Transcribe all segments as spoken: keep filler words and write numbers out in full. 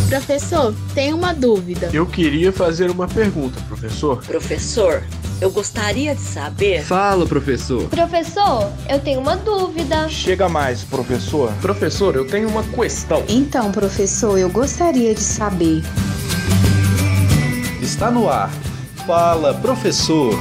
Professor, tenho uma dúvida. Eu queria fazer uma pergunta, professor. Professor, eu gostaria de saber... Fala, professor. Professor, eu tenho uma dúvida. Chega mais, professor. Professor, eu tenho uma questão. Então, professor, eu gostaria de saber. Está no ar. Fala, professor.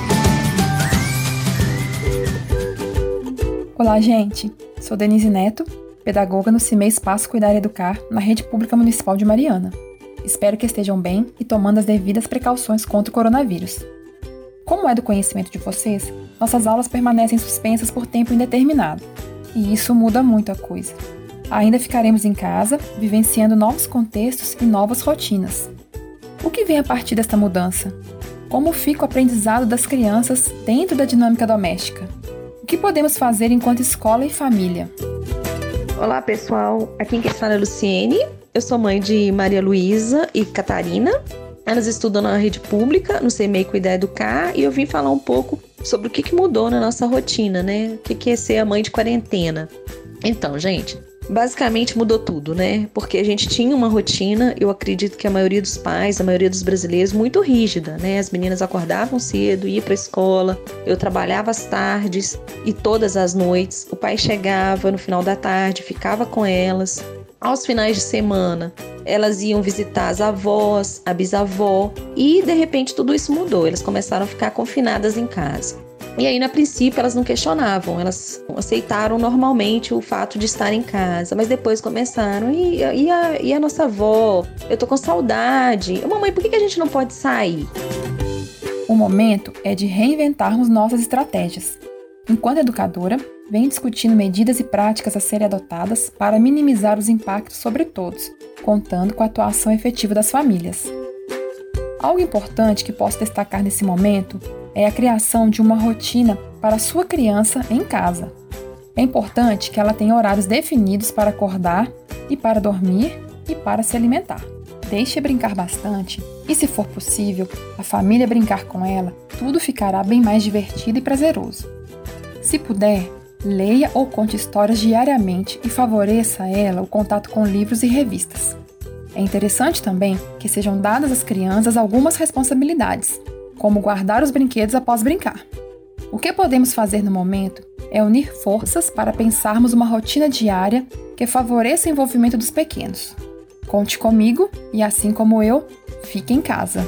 Olá, gente. Sou Denise Neto, pedagoga no CIMEI Espaço Cuidar e Educar, na Rede Pública Municipal de Mariana. Espero que estejam bem e tomando as devidas precauções contra o coronavírus. Como é do conhecimento de vocês, nossas aulas permanecem suspensas por tempo indeterminado. E isso muda muito a coisa. Ainda ficaremos em casa, vivenciando novos contextos e novas rotinas. O que vem a partir desta mudança? Como fica o aprendizado das crianças dentro da dinâmica doméstica? O que podemos fazer enquanto escola e família? Olá, pessoal. Aqui quem fala é a Luciene. Eu sou mãe de Maria Luísa e Catarina. Elas estudam na rede pública, no CIMEI Cuidar e Educar, e eu vim falar um pouco sobre o que, que mudou na nossa rotina, né? O que, que é ser a mãe de quarentena. Então, gente, basicamente mudou tudo, né? Porque a gente tinha uma rotina, eu acredito que a maioria dos pais, a maioria dos brasileiros, muito rígida, né? As meninas acordavam cedo, iam para a escola, eu trabalhava às tardes e todas as noites. O pai chegava no final da tarde, ficava com elas. Aos finais de semana, elas iam visitar as avós, a bisavó, e de repente tudo isso mudou. Elas começaram a ficar confinadas em casa. E aí, na princípio, elas não questionavam, elas aceitaram normalmente o fato de estar em casa, mas depois começaram, e, e, a, e a nossa avó? Eu tô com saudade. Mamãe, por que a gente não pode sair? O momento é de reinventarmos nossas estratégias. Enquanto educadora, venho discutindo medidas e práticas a serem adotadas para minimizar os impactos sobre todos, contando com a atuação efetiva das famílias. Algo importante que posso destacar nesse momento é a criação de uma rotina para a sua criança em casa. É importante que ela tenha horários definidos para acordar e para dormir e para se alimentar. Deixe brincar bastante e, se for possível, a família brincar com ela, tudo ficará bem mais divertido e prazeroso. Se puder, leia ou conte histórias diariamente e favoreça a ela o contato com livros e revistas. É interessante também que sejam dadas às crianças algumas responsabilidades, como guardar os brinquedos após brincar. O que podemos fazer no momento é unir forças para pensarmos uma rotina diária que favoreça o envolvimento dos pequenos. Conte comigo e, assim como eu, fique em casa.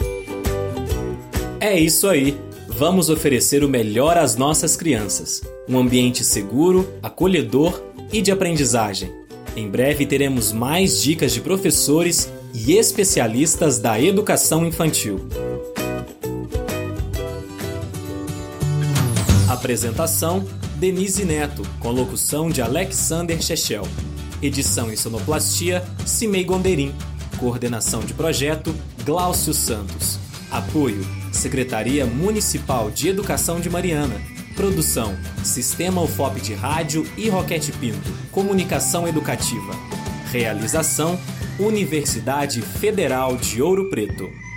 É isso aí! Vamos oferecer o melhor às nossas crianças. Um ambiente seguro, acolhedor e de aprendizagem. Em breve teremos mais dicas de professores e especialistas da educação infantil. Apresentação: Denise Neto, com locução de Alexander Chechel. Edição e sonoplastia: Cimei Gonderim. Coordenação de projeto: Glaucio Santos. Apoio: Secretaria Municipal de Educação de Mariana. Produção: Sistema U F O P de Rádio e Roquete Pinto. Comunicação Educativa. Realização: Universidade Federal de Ouro Preto.